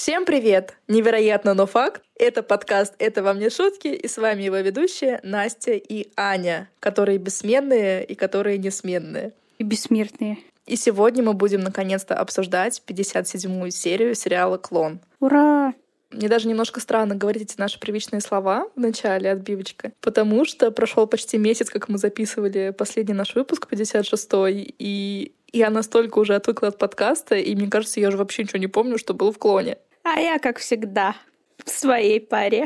Всем привет! Невероятно, но факт. Это подкаст «Это вам не шутки», и с вами его ведущие Настя и Аня, которые бессменные и которые несменные. И бессмертные. И сегодня мы будем наконец-то обсуждать 57-ю серию сериала «Клон». Ура! Мне даже немножко странно говорить эти наши привычные слова в начале, отбивочка, потому что прошел почти месяц, как мы записывали последний наш выпуск, 56-й, и я настолько уже отвыкла от подкаста, и мне кажется, я уже вообще ничего не помню, что было в «Клоне». А я, как всегда, в своей паре.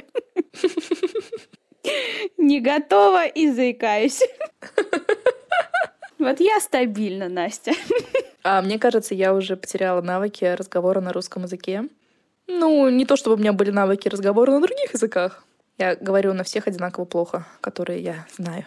Не готова и заикаюсь. Вот я стабильна, Настя. А мне кажется, я уже потеряла навыки разговора на русском языке. Ну, не то чтобы у меня были навыки разговора на других языках. Я говорю на всех одинаково плохо, которые я знаю.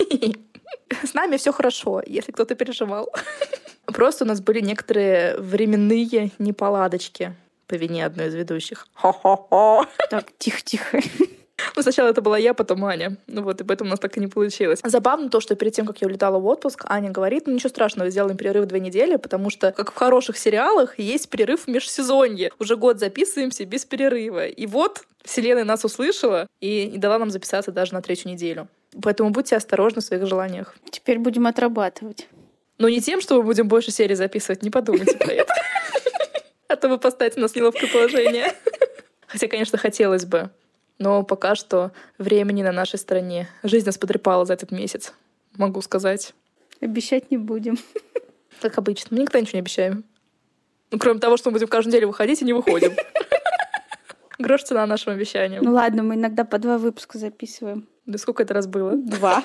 С нами все хорошо, если кто-то переживал. Просто у нас были некоторые временные неполадочки по вине одной из ведущих. Хо-хо-хо. Так, тихо-тихо. Ну, сначала это была я, потом Аня. Ну вот, и поэтому у нас так и не получилось. Забавно то, что перед тем, как я улетала в отпуск, Аня говорит, ну ничего страшного, сделаем перерыв 2 недели, потому что, как в хороших сериалах, есть перерыв в межсезонье. Уже год записываемся без перерыва. И вот вселенная нас услышала и не дала нам записаться даже на 3-ю неделю. Поэтому будьте осторожны в своих желаниях. Теперь будем отрабатывать. Но не тем, что мы будем больше серий записывать, не подумайте про это. А то вы поставите нас в неловкое положение. Хотя, конечно, хотелось бы. Но пока что времени на нашей стороне. Жизнь нас потрепала за этот месяц, могу сказать. Обещать не будем. Как обычно. Мы никогда ничего не обещаем. Ну, кроме того, что мы будем каждую неделю выходить и не выходим. Грош цена нашим обещаниям. Ну ладно, мы иногда по 2 выпуска записываем. Да сколько это раз было? 2.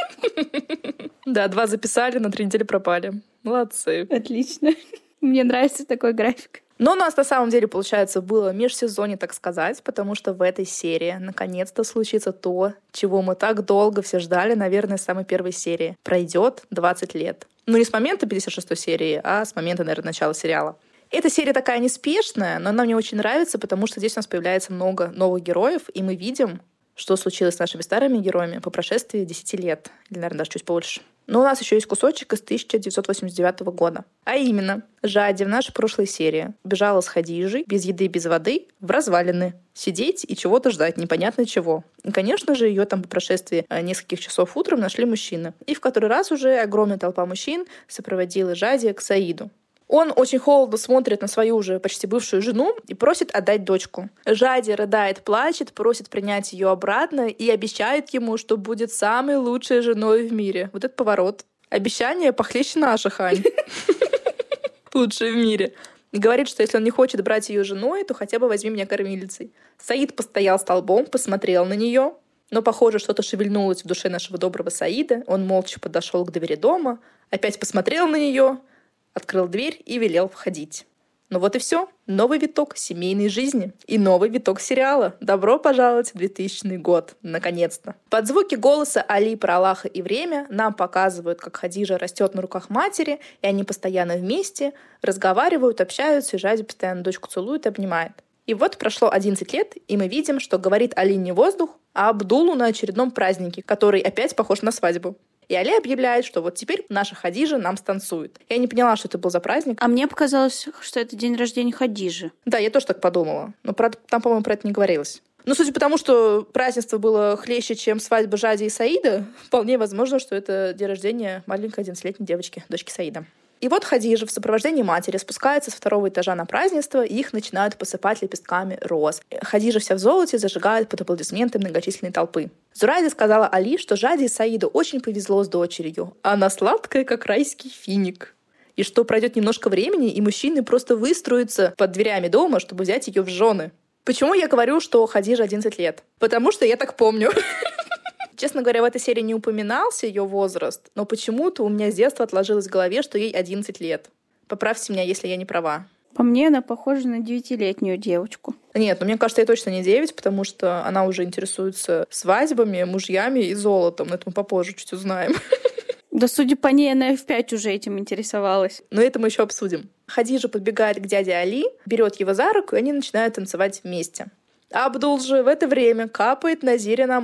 Да, 2 записали, на 3 недели пропали. Молодцы. Отлично. Мне нравится такой график. Но у нас на самом деле, получается, было межсезонье, так сказать, потому что в этой серии наконец-то случится то, чего мы так долго все ждали, наверное, с самой первой серии. Пройдет 20 лет. Ну, не с момента 56-й серии, а с момента, наверное, начала сериала. Эта серия такая неспешная, но она мне очень нравится, потому что здесь у нас появляется много новых героев, и мы видим, что случилось с нашими старыми героями по прошествии 10 лет. Или, наверное, даже чуть больше. Но у нас еще есть кусочек из 1989 года. А именно, Жади в нашей прошлой серии бежала с Хадижей без еды, без воды в развалины. Сидеть и чего-то ждать, непонятно чего. И, конечно же, ее там по прошествии нескольких часов утром нашли мужчины. И в который раз уже огромная толпа мужчин сопроводила Жади к Саиду. Он очень холодно смотрит на свою уже почти бывшую жену и просит отдать дочку. Жади рыдает, плачет, просит принять ее обратно и обещает ему, что будет самой лучшей женой в мире. Вот это поворот. Обещание похлеще наших, Ань. Лучшей в мире. И говорит, что если он не хочет брать ее женой, то хотя бы возьми меня кормилицей. Саид постоял столбом, посмотрел на нее, но, похоже, что-то шевельнулось в душе нашего доброго Саида. Он молча подошел к двери дома, опять посмотрел на нее, открыл дверь и велел входить. Ну вот и все. Новый виток семейной жизни и новый виток сериала. Добро пожаловать в 2000 год. Наконец-то. Под звуки голоса Али про Аллаха и время нам показывают, как Хадижа растет на руках матери, и они постоянно вместе разговаривают, общаются, и Жади постоянно дочку целует и обнимает. И вот прошло 11 лет, и мы видим, что говорит Али не воздух, а Абдулу на очередном празднике, который опять похож на свадьбу. И Али объявляет, что вот теперь наша Хадижа нам станцует. Я не поняла, что это был за праздник. А мне показалось, что это день рождения Хадижи. Да, я тоже так подумала. Но там, по-моему, про это не говорилось. Но судя по тому, что празднество было хлеще, чем свадьба Жади и Саида, вполне возможно, что это день рождения маленькой 11-летней девочки, дочки Саида. И вот Хадижа в сопровождении матери спускается с 2-го этажа на празднество, и их начинают посыпать лепестками роз. Хадижа вся в золоте зажигает под аплодисменты многочисленной толпы. Зурайда сказала Али, что Жади и Саиду очень повезло с дочерью. Она сладкая, как райский финик. И что пройдет немножко времени, и мужчины просто выстроятся под дверями дома, чтобы взять ее в жены. Почему я говорю, что Хадиже 11 лет? Потому что я так помню. Честно говоря, в этой серии не упоминался ее возраст, но почему-то у меня с детства отложилось в голове, что ей 11 лет. Поправьте меня, если я не права. По мне, она похожа на 9-летнюю девочку. Нет, ну мне кажется, ей точно не 9, потому что она уже интересуется свадьбами, мужьями и золотом. Но это мы попозже чуть узнаем. Да, судя по ней, она и в 5 уже этим интересовалась. Но это мы еще обсудим. Хадижа подбегает к дяде Али, берет его за руку, и они начинают танцевать вместе. А Абдул же в это время капает Назире на мозг.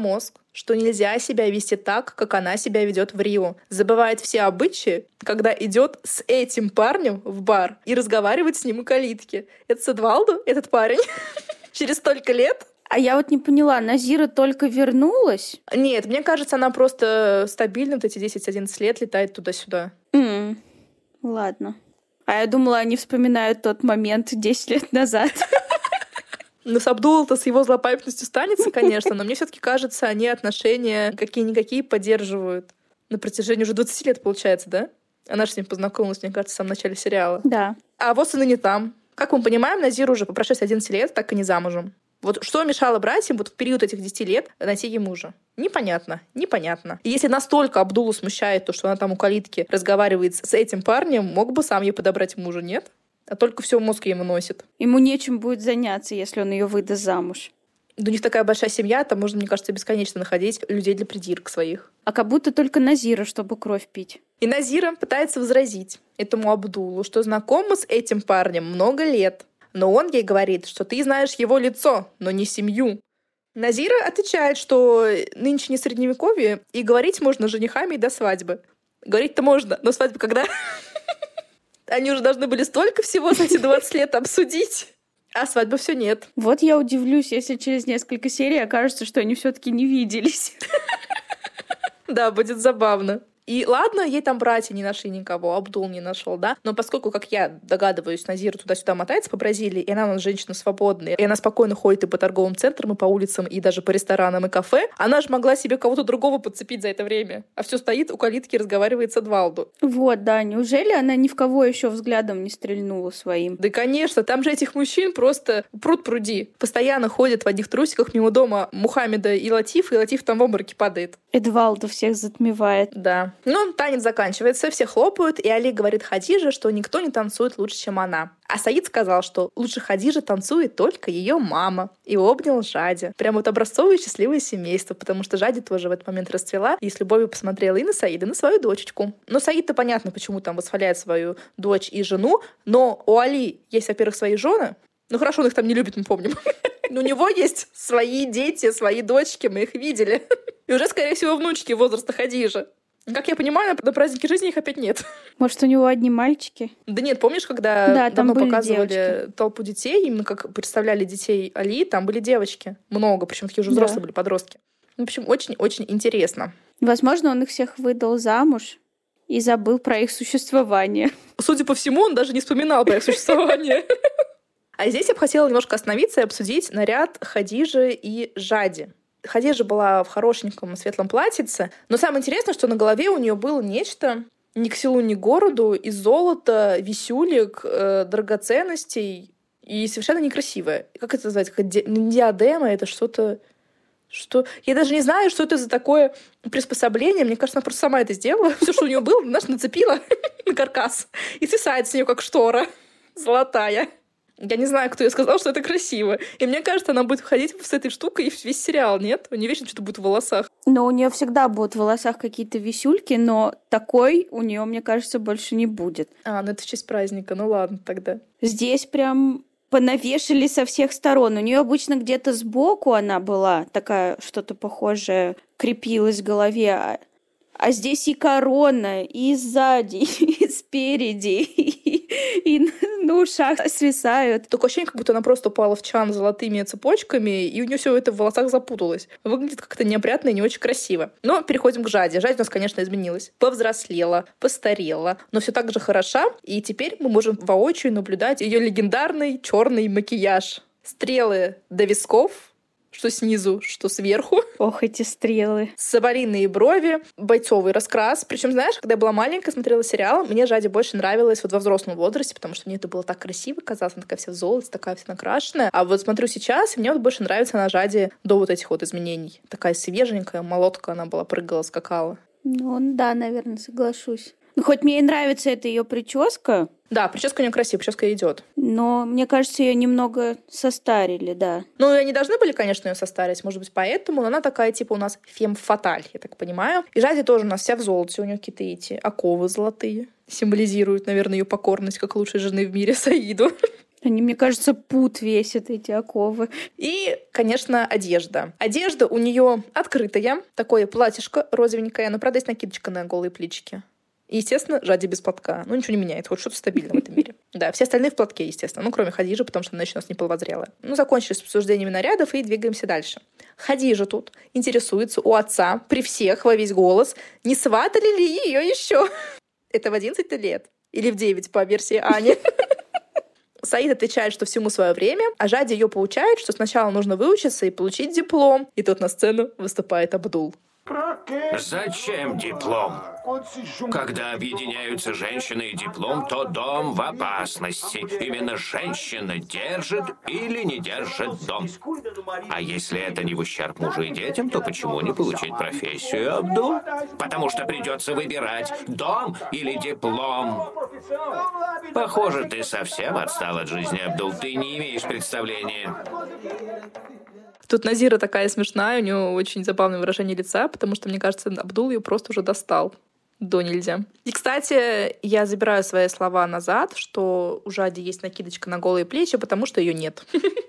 что нельзя себя вести так, как она себя ведет в Рио. Забывает все обычаи, когда идет с этим парнем в бар и разговаривает с ним у калитки. Это с Эдвалдо, этот парень, через столько лет. А я вот не поняла, Назира только вернулась? Нет, мне кажется, она просто стабильно вот эти 10-11 лет летает туда-сюда. Ладно. А я думала, они вспоминают тот момент 10 лет назад. Ну, с Абдулом-то с его злопамятностью станется, конечно, но мне все-таки кажется, они отношения какие-никакие поддерживают. На протяжении уже 20 лет, получается, да? Она же с ним познакомилась, мне кажется, в самом начале сериала. Да. А вот он и не там. Как мы понимаем, Назира уже по прошествии 11 лет так и не замужем. Вот что мешало братьям вот в период этих 10 лет найти ей мужа? Непонятно. И если настолько Абдулу смущает то, что она там у калитки разговаривает с этим парнем, мог бы сам ей подобрать мужа, нет? А только все мозг ему носит. Ему нечем будет заняться, если он ее выдаст замуж. Да у них такая большая семья, там можно, мне кажется, бесконечно находить людей для придирок своих. А как будто только Назира, чтобы кровь пить. И Назира пытается возразить этому Абдулу, что знакома с этим парнем много лет. Но он ей говорит, что ты знаешь его лицо, но не семью. Назира отвечает, что нынче не средневековье, и говорить можно с женихами и до свадьбы. Говорить-то можно, но свадьба когда? Они уже должны были столько всего за эти 20 лет обсудить. А свадьбы все нет. Вот я удивлюсь, если через несколько серий окажется, что они все-таки не виделись. Да, будет забавно. И ладно, ей там братья не нашли никого, Абдул не нашел, да? Но поскольку, как я догадываюсь, Назира туда-сюда мотается по Бразилии, и она у нас женщина свободная, и она спокойно ходит и по торговым центрам, и по улицам, и даже по ресторанам, и кафе, она же могла себе кого-то другого подцепить за это время. А все стоит у калитки и разговаривает с Эдвалдо. Вот, да, неужели она ни в кого еще взглядом не стрельнула своим? Да, конечно, там же этих мужчин просто пруд-пруди. Постоянно ходят в одних трусиках мимо дома Мухаммеда и Латиф там в обмороке падает. Эдвалдо всех затмевает. Да. Ну, танец заканчивается, все хлопают, и Али говорит Хадиже, что никто не танцует лучше, чем она. А Саид сказал, что лучше Хадижи танцует только ее мама. И обнял Жади. Прям вот образцовое счастливое семейство, потому что Жади тоже в этот момент расцвела и с любовью посмотрела и на Саида, и на свою дочечку. Но Саид-то понятно, почему там восхваляет свою дочь и жену, но у Али есть, во-первых, свои жены. Ну хорошо, он их там не любит, мы помним. Но у него есть свои дети, свои дочки, мы их видели. И уже, скорее всего, внучки возраста Хадижи. Как я понимаю, на празднике жизни их опять нет. Может, у него одни мальчики? Да нет, помнишь, когда да, давно показывали девочки. толпу детей, именно как представляли детей Али, там были девочки. Много, причем такие уже взрослые были подростки. В общем, очень-очень интересно. Возможно, он их всех выдал замуж и забыл про их существование. Судя по всему, он даже не вспоминал про их существование. А здесь я бы хотела немножко остановиться и обсудить наряд Хадижи и Жади. Хадижа была в хорошеньком светлом платьице, но самое интересное, что на голове у нее было нечто ни к селу, ни к городу, из золота, висюлек, драгоценностей, и совершенно некрасивое. Как это называется? Не диадема, это что-то... Что? Я даже не знаю, что это за такое приспособление. Мне кажется, она просто сама это сделала. Все, что у нее было, знаешь, нацепила на каркас и свисает с нее как штора золотая. Я не знаю, кто ей сказал, что это красиво. И мне кажется, она будет ходить с этой штукой весь сериал, нет? У нее вечно что-то будет в волосах. Но у нее всегда будут в волосах какие-то висюльки, но такой у нее, мне кажется, больше не будет. А, ну это в честь праздника. Ну ладно тогда. Здесь прям понавешали со всех сторон. У нее обычно где-то сбоку она была, такая что-то похожее, крепилась в голове. А здесь и корона, и сзади, и спереди, и на ушах свисают. Такое ощущение, как будто она просто упала в чан с золотыми цепочками, и у нее все это в волосах запуталось. Выглядит как-то неопрятно и не очень красиво. Но переходим к Жаде. Жадь у нас, конечно, изменилась. Повзрослела, постарела, но все так же хороша. И теперь мы можем воочию наблюдать ее легендарный черный макияж. Стрелы до висков, что снизу, что сверху. Ох, эти стрелы. Соболиные брови, бойцовый раскрас. Причем, знаешь, когда я была маленькая, смотрела сериал, мне Жади больше нравилась вот во взрослом возрасте, потому что мне это было так красиво казалось, она такая вся в золоте, такая вся накрашенная. А вот смотрю сейчас, и мне вот больше нравится на Жади до вот этих вот изменений. Такая свеженькая, молотка она была, прыгала, скакала. Ну, да, наверное, соглашусь. Ну, хоть мне и нравится эта ее прическа. Да, прическа у нее красивая, прическа идет. Но мне кажется, ее немного состарили, да. Ну, и они должны были, конечно, ее состарить, может быть, поэтому, но она такая, типа, у нас фем-фаталь, я так понимаю. И Жади тоже у нас вся в золоте, у нее какие-то эти оковы золотые. Символизируют, наверное, ее покорность как лучшей жены в мире Саиду. Они, мне кажется, пут весят, эти оковы. И, конечно, одежда. Одежда у нее открытая, такое платьишко розовенькое, но, правда, есть накидочка на голые плечики. И, естественно, Жади без платка. Ну, ничего не меняется, хоть что-то стабильно в этом мире. Да, все остальные в платке, естественно. Ну, кроме Хадижи, потому что она еще у нас не половозрелая. Ну, закончили с обсуждениями нарядов и двигаемся дальше. Хадижа тут интересуется у отца при всех во весь голос, не сватали ли ее еще. Это в 11 лет? Или в 9 по версии Ани? Саид отвечает, что всему свое время, а Жади ее поучает, что сначала нужно выучиться и получить диплом. И тут на сцену выступает Абдул. Зачем диплом? Когда объединяются женщина и диплом, то дом в опасности. Именно женщина держит или не держит дом. А если это не в ущерб мужу и детям, то почему не получить профессию, Абдул? Потому что придется выбирать, дом или диплом. Похоже, ты совсем отстал от жизни, Абдул. Ты не имеешь представления. Тут Назира такая смешная, у нее очень забавное выражение лица, потому что, мне кажется, Абдул ее просто уже достал. До нельзя. И, кстати, я забираю свои слова назад, что у Жади есть накидочка на голые плечи, потому что ее нет.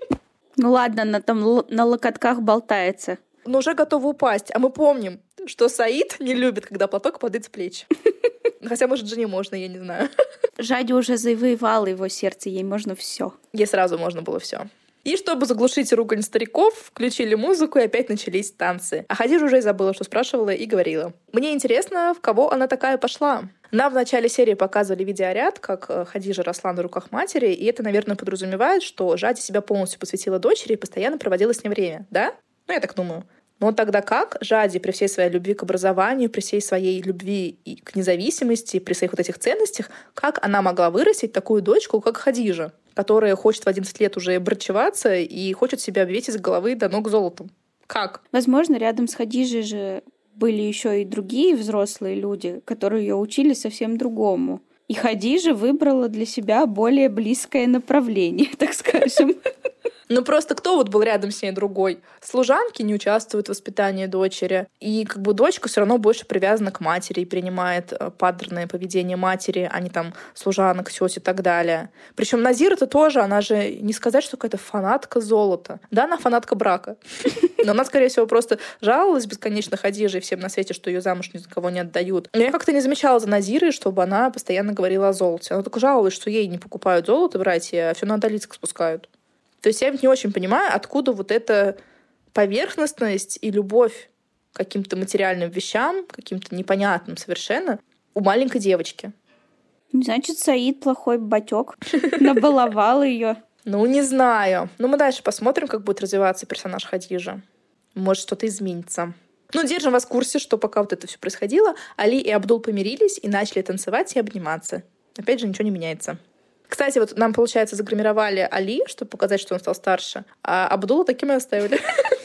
Ну ладно, она там на локотках болтается. Но уже готова упасть. А мы помним, что Саид не любит, когда платок падает с плеч. Хотя, может, жене можно, я не знаю. Жади уже завоевала его сердце, ей можно все. Ей сразу можно было все. И чтобы заглушить ругань стариков, включили музыку, и опять начались танцы. А Хадижа уже и забыла, что спрашивала, и говорила. Мне интересно, в кого она такая пошла. Нам в начале серии показывали видеоряд, как Хадижа росла на руках матери, и это, наверное, подразумевает, что Жади себя полностью посвятила дочери и постоянно проводила с ней время, да? Ну, я так думаю. Но тогда как Жади при всей своей любви к образованию, при всей своей любви и к независимости, при своих вот этих ценностях, как она могла вырастить такую дочку, как Хадижа, которая хочет в 11 лет уже брачеваться и хочет себя обвесить с головы до ног золотом? Как? Возможно, рядом с Хадижей же были еще и другие взрослые люди, которые ее учили совсем другому. И Хадижа выбрала для себя более близкое направление, так скажем. Ну просто кто вот был рядом с ней другой? Служанки не участвуют в воспитании дочери. И как бы дочка все равно больше привязана к матери и принимает паттерны поведения матери, а не там служанок, тёть и так далее. Причем Назира это тоже, она же не сказать, что какая-то фанатка золота. Да, она фанатка брака. Но она, скорее всего, просто жаловалась бесконечно Хадиже и всем на свете, что ее замуж ни за кого не отдают. Но я как-то не замечала за Назирой, чтобы она постоянно говорила о золоте. Она только жаловалась, что ей не покупают золото братья, а все на Адалицк спускают. То есть я не очень понимаю, откуда вот эта поверхностность и любовь к каким-то материальным вещам, каким-то непонятным совершенно, у маленькой девочки. Значит, Саид плохой батёк. Набаловал ее. Ну, не знаю. Но мы дальше посмотрим, как будет развиваться персонаж Хадижа. Может, что-то изменится. Ну, держим вас в курсе, что пока вот это все происходило, Али и Абдул помирились и начали танцевать и обниматься. Опять же, ничего не меняется. Кстати, вот нам, получается, загримировали Али, чтобы показать, что он стал старше, а Абдула таким и оставили.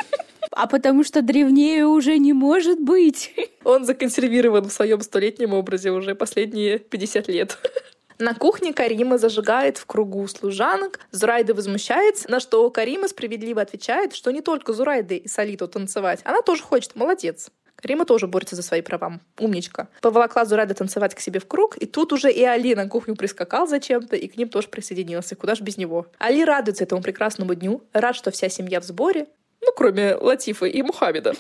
А потому что древнее уже не может быть. Он законсервирован в своем 100-летнем образе уже последние 50 лет. На кухне Карима зажигает в кругу служанок. Зурайда возмущается, на что Карима справедливо отвечает, что не только Зурайда и Салиту танцевать. Она тоже хочет, молодец. Карима тоже борется за свои права. Умничка. Поволокла Зурайда танцевать к себе в круг, и тут уже и Али на кухню прискакал зачем-то, и к ним тоже присоединился. Куда ж без него? Али радуется этому прекрасному дню, рад, что вся семья в сборе. Ну, кроме Латифа и Мухаммеда.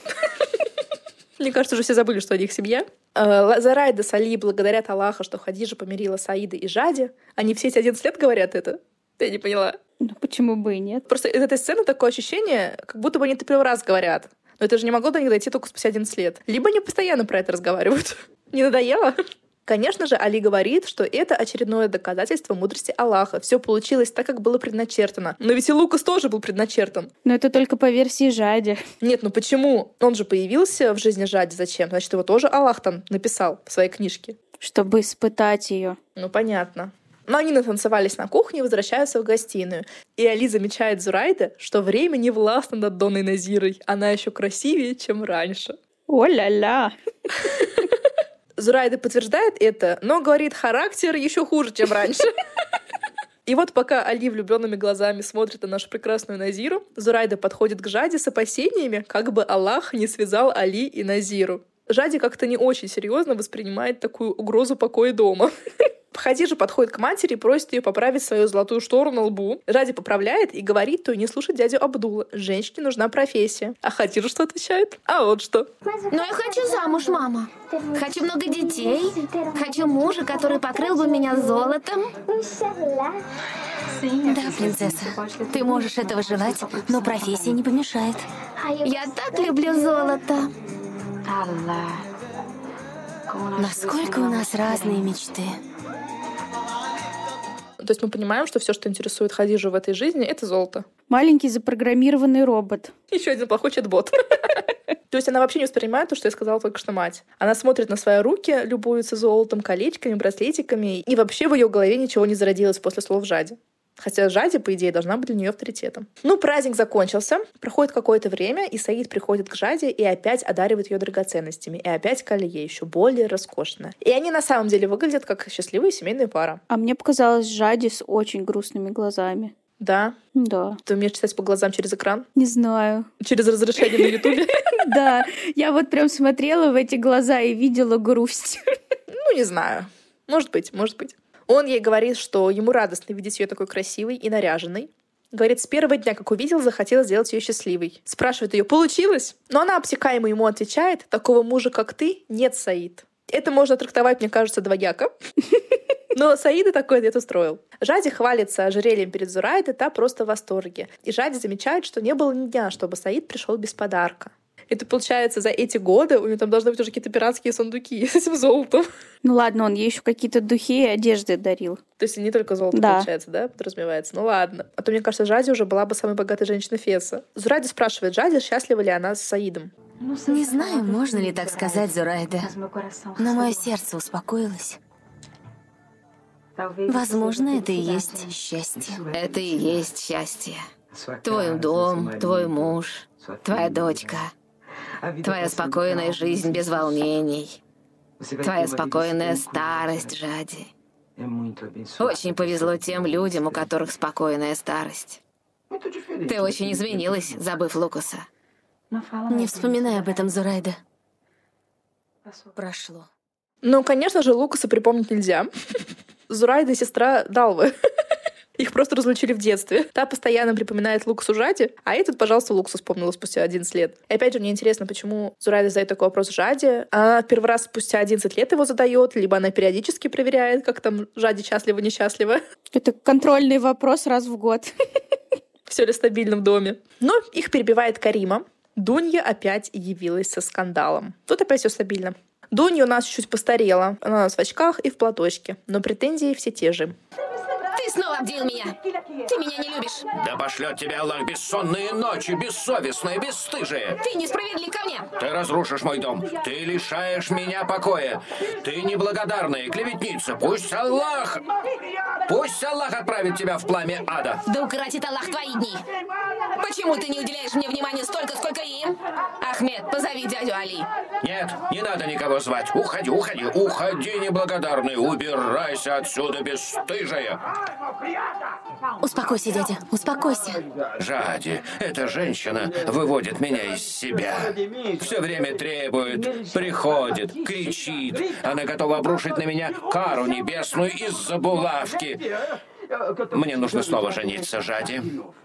Мне кажется, уже все забыли, что они их семья. Зурайда с Али благодарят Аллаха, что Хадижа помирила Саида и Жади. Они все эти 11 лет говорят это. Я не поняла. Ну, почему бы и нет? Просто из этой сцены такое ощущение, как будто бы они это первый раз говорят. Но это же не могло до них дойти только спустя 11 лет. Либо они постоянно про это разговаривают. Не надоело? Конечно же, Али говорит, что это очередное доказательство мудрости Аллаха. Все получилось так, как было предначертано. Но ведь и Лукас тоже был предначертан. Но это только по версии Жади. Нет, ну почему? Он же появился в жизни Жади. Зачем? Значит, его тоже Аллах там написал в своей книжке. Чтобы испытать ее. Ну, понятно. Но они натанцевались на кухне и возвращаются в гостиную. И Али замечает Зурайда, что время не властно над Донной Назирой. Она еще красивее, чем раньше. О-ля-ля! Зурайда подтверждает это, но говорит, характер еще хуже, чем раньше. И вот пока Али влюбленными глазами смотрит на нашу прекрасную Назиру, Зурайда подходит к Жади с опасениями, как бы Аллах не связал Али и Назиру. Жади как-то не очень серьезно воспринимает такую угрозу покоя дома. Хадижа подходит к матери и просит ее поправить свою золотую штору на лбу. Жади поправляет и говорит той не слушать дядю Абдула. Женщине нужна профессия. А Хадижа что отвечает? А вот что. Но я хочу замуж, мама. Хочу много детей. Хочу мужа, который покрыл бы меня золотом. Да, принцесса, ты можешь этого желать, но профессия не помешает. Я так люблю золото. Насколько у нас разные мечты. То есть мы понимаем, что все, что интересует Хадижу в этой жизни, это золото. Маленький запрограммированный робот. Еще один плохой чат-бот. То есть она вообще не воспринимает то, что я сказала только что мать. Она смотрит на свои руки, любуется золотом, колечками, браслетиками, и вообще в ее голове ничего не зародилось после слов Жади. Хотя Жади, по идее, должна быть для нее авторитетом. Праздник закончился, проходит какое-то время, и Саид приходит к Жаде и опять одаривает ее драгоценностями. И опять колье, еще более роскошное. И они на самом деле выглядят как счастливая семейная пара. А мне показалось Жади с очень грустными глазами. Да? Да. Ты умеешь читать по глазам через экран? Не знаю. Через разрешение на Ютубе? Да. Я вот прям смотрела в эти глаза и видела грусть. Не знаю. Может быть. Он ей говорит, что ему радостно видеть ее такой красивой и наряженной. Говорит, с первого дня, как увидел, захотел сделать ее счастливой. Спрашивает ее, получилось? Но она обтекаемо ему отвечает, такого мужа, как ты, нет, Саид. Это можно трактовать, мне кажется, двояко. Но Саида такой ответ устроил. Жади хвалится ожерельем перед Зурайдой, та просто в восторге. И Жади замечает, что не было ни дня, чтобы Саид пришел без подарка. Это, получается, за эти годы у него там должны быть уже какие-то пиратские сундуки с этим золотом. Ну ладно, он ей еще какие-то духи и одежды дарил. То есть не только золото, да. Получается, да, подразумевается? Ну ладно. А то, мне кажется, Жади уже была бы самой богатой женщиной Феса. Зурайда спрашивает Жади, счастлива ли она с Саидом. Не знаю, можно ли так сказать, Зурайда, но мое сердце успокоилось. Возможно, это и есть счастье. Это и есть счастье. Твой дом, твой муж, твоя дочка, твоя спокойная жизнь без волнений, твоя спокойная старость, Жади. Очень повезло тем людям, у которых спокойная старость. Ты очень изменилась, забыв Лукаса. Не вспоминай об этом, Зурайда. Прошло. Конечно же, Лукаса припомнить нельзя. Зурайда — сестра Далвы. Их просто разлучили в детстве. Та постоянно припоминает Лукасу Жади, а этот, пожалуйста, Лукасу вспомнила спустя 11 лет. И опять же, мне интересно, почему Зурайда задает такой вопрос Жади. Она первый раз спустя 11 лет его задает, либо она периодически проверяет, как там Жади счастлива-несчастлива. Это контрольный вопрос раз в год. Все ли стабильно в доме? Но их перебивает Карима. Дунья опять явилась со скандалом. Тут опять все стабильно. Дунья у нас чуть постарела. Она у нас в очках и в платочке. Но претензии все те же. Ты снова обделил меня. Ты меня не любишь. Да пошлет тебя Аллах бессонные ночи, бессовестные, бесстыжие. Ты несправедлив ко мне. Ты разрушишь мой дом. Ты лишаешь меня покоя. Ты неблагодарная клеветница. Пусть Аллах отправит тебя в пламя ада. Да укоротит Аллах твои дни. Почему ты не уделяешь мне внимания столько, сколько им? Ахмед, позови дядю Али. Нет, не надо никого звать. Уходи, неблагодарный. Убирайся отсюда, бесстыжая. Успокойся, дядя, успокойся. Жади, эта женщина выводит меня из себя. Все время требует, приходит, кричит. Она готова обрушить на меня кару небесную из-за булавки. Мне нужно снова жениться, Жади.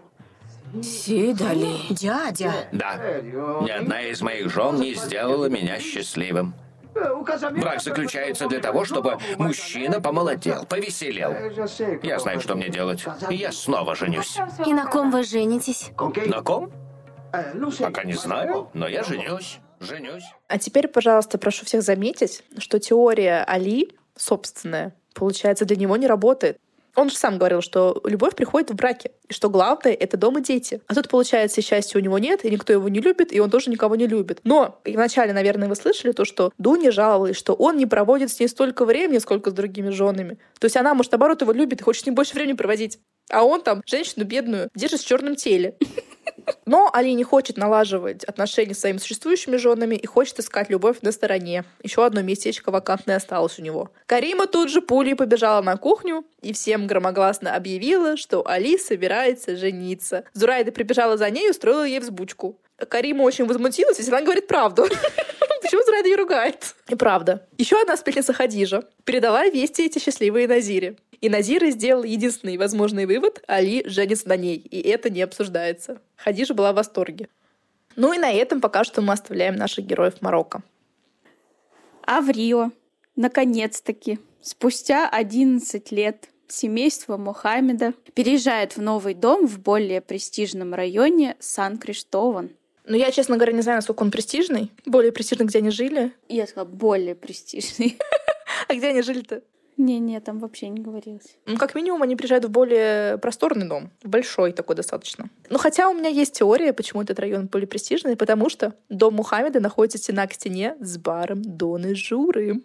Сидали. Дядя. Да, ни одна из моих жен не сделала меня счастливым. Брак заключается для того, чтобы мужчина помолодел, повеселел. Я знаю, что мне делать. И я снова женюсь. И на ком вы женитесь? На ком? Пока не знаю, но я женюсь. А теперь, пожалуйста, прошу всех заметить, что теория Али собственная, получается, для него не работает. Он же сам говорил, что любовь приходит в браке, и что главное — это дом и дети. А тут, получается, счастья у него нет, и никто его не любит, и он тоже никого не любит. Но вначале, наверное, вы слышали то, что Дуня жаловалась, что он не проводит с ней столько времени, сколько с другими женами. То есть она, может, наоборот, его любит и хочет с ним больше времени проводить. А он там женщину бедную держит в черном теле. Но Али не хочет налаживать отношения с своими существующими женами и хочет искать любовь на стороне. Еще одно местечко вакантное осталось у него. Карима тут же пулей побежала на кухню и всем громогласно объявила, что Али собирается жениться. Зурайда прибежала за ней и устроила ей взбучку. Карима очень возмутилась, если она говорит правду. Почему Зурайда ее ругает? И правда. Еще одна сплетница Хадижа передала вести эти счастливые Назире. И Назира сделал единственный возможный вывод: Али женится на ней. И это не обсуждается. Хадижа была в восторге. Ну и на этом пока что мы оставляем наших героев Марокко. А в Рио, наконец-таки, спустя 11 лет, семейство Мухаммеда переезжает в новый дом в более престижном районе Сан-Криштован. Ну, я, честно говоря, не знаю, насколько он престижный. Более престижный, где они жили. Я сказала, более престижный. А где они жили-то? Не, там вообще не говорилось. Ну, как минимум, они приезжают в более просторный дом. Большой такой достаточно. Ну, хотя у меня есть теория, почему этот район более престижный. Потому что дом Мухаммеда находится стена к стене с баром Доны Журы.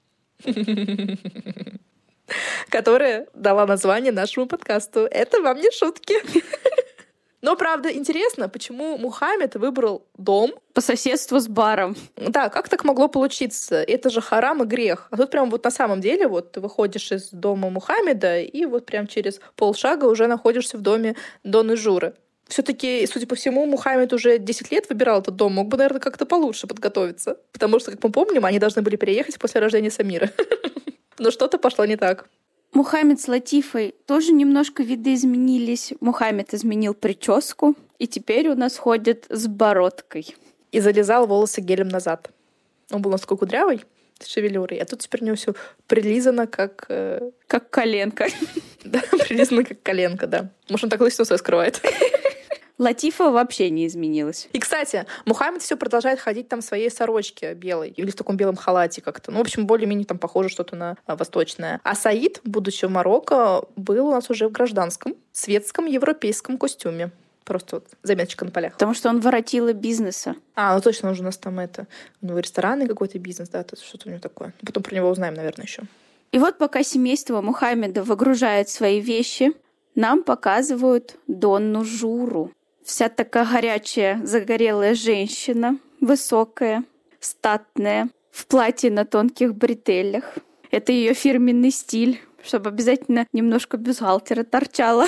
Которая дала название нашему подкасту. Это вам не шутки. Но, правда, интересно, почему Мухаммед выбрал дом по соседству с баром. Да, как так могло получиться? Это же харам и грех. А тут прям вот на самом деле вот ты выходишь из дома Мухаммеда и вот прям через полшага уже находишься в доме Доны Журы. Все-таки, судя по всему, Мухаммед уже 10 лет выбирал этот дом. Мог бы, наверное, как-то получше подготовиться. Потому что, как мы помним, они должны были переехать после рождения Самира. Но что-то пошло не так. Мухаммед с Латифой тоже немножко видоизменились. Мухаммед изменил прическу, и теперь у нас ходит с бородкой. И залезал волосы гелем назад. Он был настолько кудрявый, с шевелюрой, а тут теперь у него все прилизано, как... Как коленка. Да, прилизано, как коленка, да. Может, он так лысину свою скрывает. Латифа вообще не изменилась. И, кстати, Мухаммед все продолжает ходить там в своей сорочке белой. Или в таком белом халате как-то. Ну, в общем, более-менее там похоже что-то на восточное. А Саид, будучи в Марокко, был у нас уже в гражданском, светском, европейском костюме. Просто вот заметочка на полях. Потому что он воротила бизнеса. Ну точно, он же у нас там у него ресторанный какой-то бизнес, да, что-то у него такое. Потом про него узнаем, наверное, еще. И вот пока семейство Мухаммеда выгружает свои вещи, нам показывают Донну Журу. Вся такая горячая, загорелая женщина, высокая, статная, в платье на тонких бретелях. Это ее фирменный стиль, чтобы обязательно немножко бюстгальтера торчало.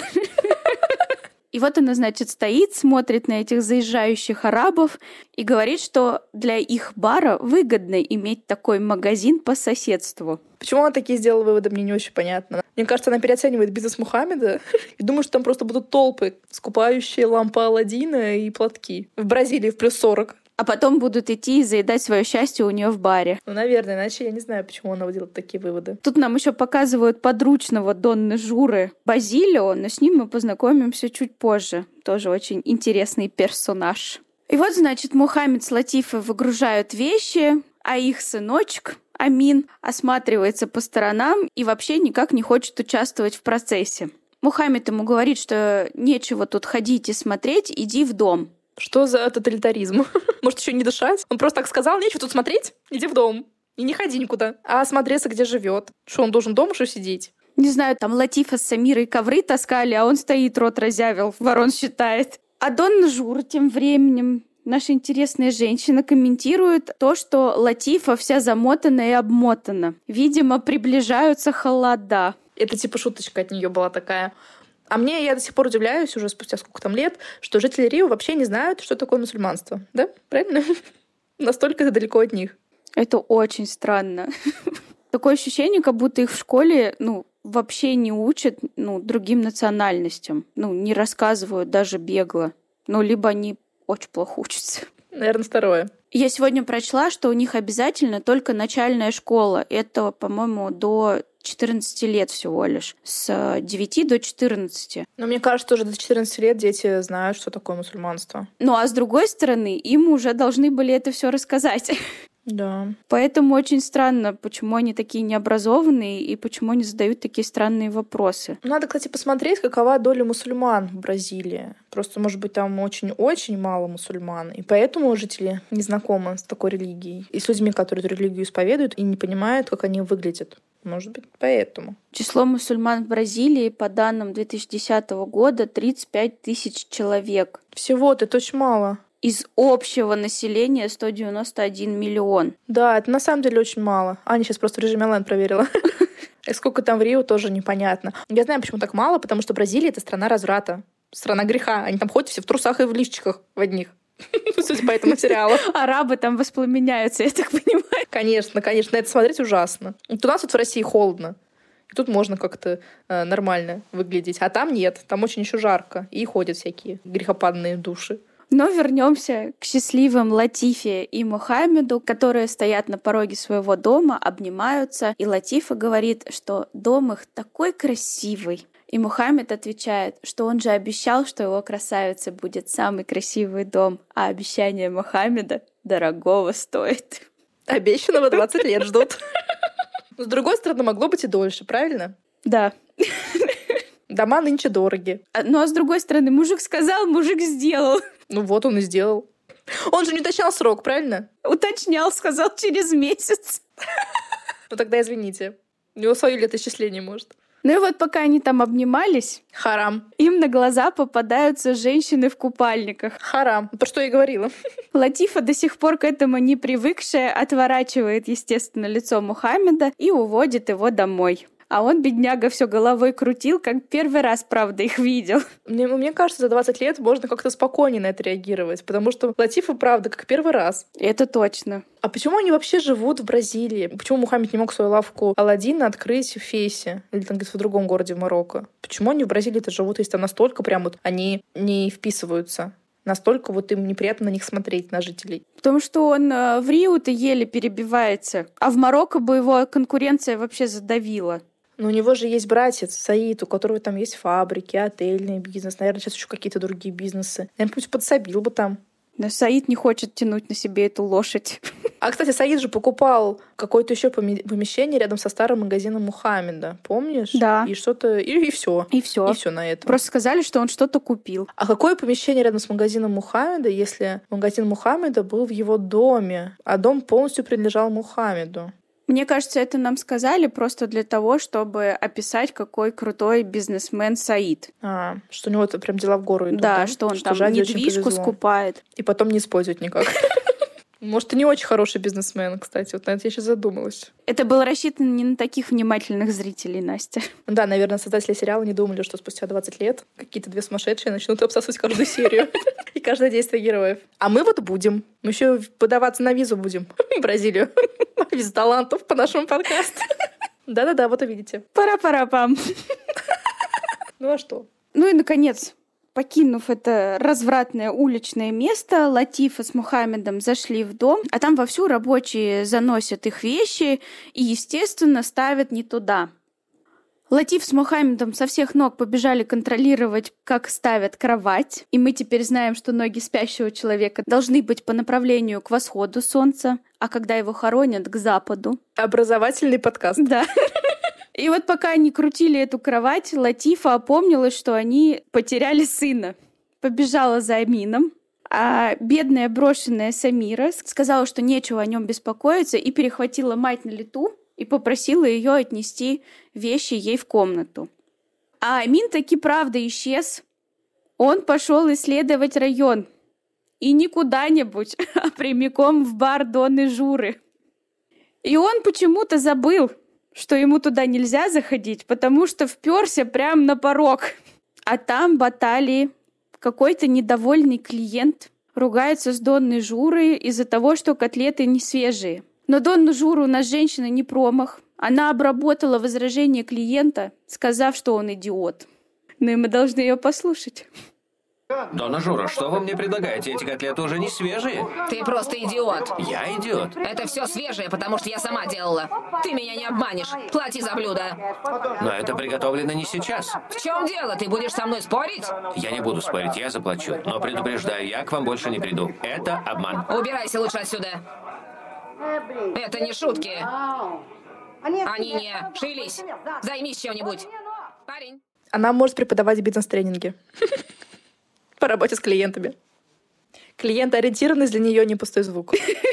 И вот она, значит, стоит, смотрит на этих заезжающих арабов и говорит, что для их бара выгодно иметь такой магазин по соседству. Почему она такие сделала выводы, мне не очень понятно. Мне кажется, она переоценивает бизнес Мухаммеда и думает, что там просто будут толпы, скупающие лампы Аладдина и платки. В Бразилии в плюс 40. А потом будут идти и заедать свое счастье у нее в баре. Ну, наверное, иначе я не знаю, почему она делает такие выводы. Тут нам еще показывают подручного Донны Журы Базилио, но с ним мы познакомимся чуть позже. Тоже очень интересный персонаж. И вот, значит, Мухаммед с Латифой выгружают вещи, а их сыночек Амин осматривается по сторонам и вообще никак не хочет участвовать в процессе. Мухаммед ему говорит, что нечего тут ходить и смотреть, иди в дом. Что за тоталитаризм? Может, еще не дышать? Он просто так сказал, нечего тут смотреть, иди в дом. И не ходи никуда. А осмотреться, где живет. Что, он должен дома что сидеть? Не знаю, там Латифа с Самирой ковры таскали, а он стоит, рот разявил, ворон считает. А Донна Жура тем временем, наша интересная женщина, комментирует то, что Латифа вся замотана и обмотана. Видимо, приближаются холода. Это типа шуточка от нее была такая. А я до сих пор удивляюсь, уже спустя сколько там лет, что жители Рио вообще не знают, что такое мусульманство. Да? Правильно? Настолько это далеко от них. Это очень странно. Такое ощущение, как будто их в школе, вообще не учат, другим национальностям. Не рассказывают даже бегло. Либо они очень плохо учатся. Наверное, второе. Я сегодня прочла, что у них обязательно только начальная школа. Это, по-моему, до 14 лет всего лишь. С 9 до 14. Но мне кажется, уже до 14 лет дети знают, что такое мусульманство. А с другой стороны, им уже должны были это все рассказать. Да. Поэтому очень странно, почему они такие необразованные и почему они задают такие странные вопросы. Надо, кстати, посмотреть, какова доля мусульман в Бразилии. Просто, может быть, там очень-очень мало мусульман. И поэтому жители не знакомы с такой религией. И с людьми, которые эту религию исповедуют и не понимают, как они выглядят. Может быть, поэтому. Число мусульман в Бразилии, по данным 2010 года, 35 тысяч человек. Всего-то это очень мало. Из общего населения 191 миллион. Да, это на самом деле очень мало. Аня сейчас просто в режиме онлайн проверила. И сколько там в Рио, тоже непонятно. Я знаю, почему так мало, потому что Бразилия — это страна разврата. Страна греха. Они там ходят все в трусах и в лифчиках в одних. Судя по этому сериалу. Арабы там воспламеняются, я так понимаю. Конечно, это смотреть ужасно. Вот у нас в России холодно. И тут можно как-то нормально выглядеть. А там нет. Там очень еще жарко. И ходят всякие грехопадные души. Но вернемся к счастливым Латифе и Мухаммеду, которые стоят на пороге своего дома, обнимаются. И Латифа говорит, что дом их такой красивый. И Мухаммед отвечает, что он же обещал, что его красавице будет самый красивый дом, а обещание Мухаммеда дорогого стоит. Обещанного 20 лет ждут. С другой стороны, могло быть и дольше, правильно? Да. Дома нынче дороги. Ну а с другой стороны, мужик сказал, мужик сделал. Ну вот он и сделал. Он же не уточнял срок, правильно? Уточнял, сказал через месяц. Ну тогда извините. У него свое летоисчисление, может. Ну и вот пока они там обнимались, Харам. им на глаза попадаются женщины в купальниках. Харам. Про что я и говорила. Латифа, до сих пор к этому не привыкшая, отворачивает, естественно, лицо Мухаммеда и уводит его домой. А он, бедняга, все головой крутил, как первый раз, правда, их видел. Мне кажется, за 20 лет можно как-то спокойнее на это реагировать, потому что Латифа, правда, как первый раз. Это точно. А почему они вообще живут в Бразилии? Почему Мухаммед не мог свою лавку Аладдина открыть в Фейсе? Или там где-то в другом городе в Марокко? Почему они в Бразилии-то живут, если там настолько прям вот они не вписываются? Настолько вот им неприятно на них смотреть, на жителей. Потому что он в Рио-то еле перебивается, а в Марокко бы его конкуренция вообще задавила. Но у него же есть братец Саид, у которого там есть фабрики, отельный бизнес, наверное, сейчас еще какие-то другие бизнесы. Наверное, пусть подсобил бы там. Но Саид не хочет тянуть на себе эту лошадь. А, кстати, Саид же покупал какое-то еще помещение рядом со старым магазином Мухаммеда. Помнишь? Да. И что-то... И все. И все. И все на этом. Просто сказали, что он что-то купил. А какое помещение рядом с магазином Мухаммеда, если магазин Мухаммеда был в его доме, а дом полностью принадлежал Мухаммеду? Мне кажется, это нам сказали просто для того, чтобы описать, какой крутой бизнесмен Саид. Что у него это прям дела в гору идут, да? Что он там недвижку скупает. И потом не использует никак. Может, и не очень хороший бизнесмен, кстати. Вот на это я сейчас задумалась. Это было рассчитано не на таких внимательных зрителей, Настя. Да, наверное, создатели сериала не думали, что спустя 20 лет какие-то две сумасшедшие начнут обсасывать каждую серию и каждое действие героев. А мы вот будем. Мы еще подаваться на визу будем в Бразилию. Виза талантов по нашему подкасту. Да-да-да, вот увидите. Пара-пара-пам. Ну а что? Ну и, наконец, покинув это развратное уличное место, Латифа с Мухаммедом зашли в дом, а там вовсю рабочие заносят их вещи и, естественно, ставят не туда. Латиф с Мухаммедом со всех ног побежали контролировать, как ставят кровать. И мы теперь знаем, что ноги спящего человека должны быть по направлению к восходу солнца, а когда его хоронят, к западу. Образовательный подкаст. Да. И вот пока они крутили эту кровать, Латифа опомнилась, что они потеряли сына. Побежала за Амином, а бедная брошенная Самира сказала, что нечего о нем беспокоиться, и перехватила мать на лету и попросила ее отнести вещи ей в комнату. А Амин таки правда исчез. Он пошел исследовать район. И не куда-нибудь, а прямиком в бар Доны Журы. И он почему-то забыл, что ему туда нельзя заходить, потому что вперся прямо на порог. А там баталии. Какой-то недовольный клиент ругается с Донной Журой из-за того, что котлеты не свежие. Но Донну Журу у нас женщина не промах. Она обработала возражение клиента, сказав, что он идиот. Ну и мы должны ее послушать. Донна Жура, что вы мне предлагаете? Эти котлеты уже не свежие? Ты просто идиот. Я идиот. Это все свежее, потому что я сама делала. Ты меня не обманешь. Плати за блюдо. Но это приготовлено не сейчас. В чем дело? Ты будешь со мной спорить? Я не буду спорить, я заплачу. Но предупреждаю, я к вам больше не приду. Это обман. Убирайся лучше отсюда. Это не шутки. Они не шились. Займись чем-нибудь. Парень. Она может преподавать бизнес-тренинги по работе с клиентами. Клиентоориентированность для нее не пустой звук.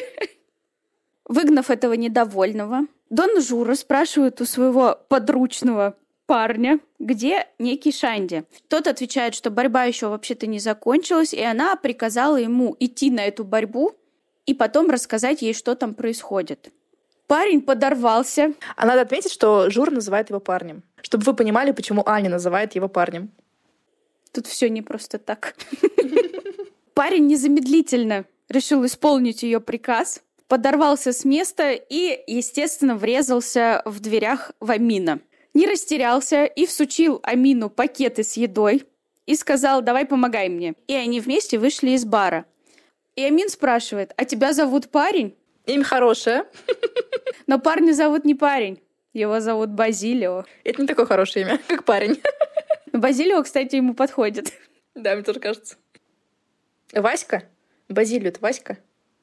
Выгнав этого недовольного, Донна Жура спрашивает у своего подручного парня, где некий Шанди. Тот отвечает, что борьба еще вообще-то не закончилась, и она приказала ему идти на эту борьбу и потом рассказать ей, что там происходит. Парень подорвался. А надо отметить, что Жура называет его парнем. Чтобы вы понимали, почему Аня называет его парнем. Тут все не просто так. Парень незамедлительно решил исполнить ее приказ, подорвался с места и, естественно, врезался в дверях в Амина. Не растерялся и всучил Амину пакеты с едой и сказал: «Давай помогай мне». И они вместе вышли из бара. И Амин спрашивает: «А тебя зовут парень?» Имя хорошее. Но парня зовут не парень. Его зовут Базилио. Это не такое хорошее имя, как парень. Базилио, кстати, ему подходит. Да, мне тоже кажется. Васька? Базилио — это Васька?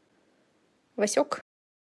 Васек?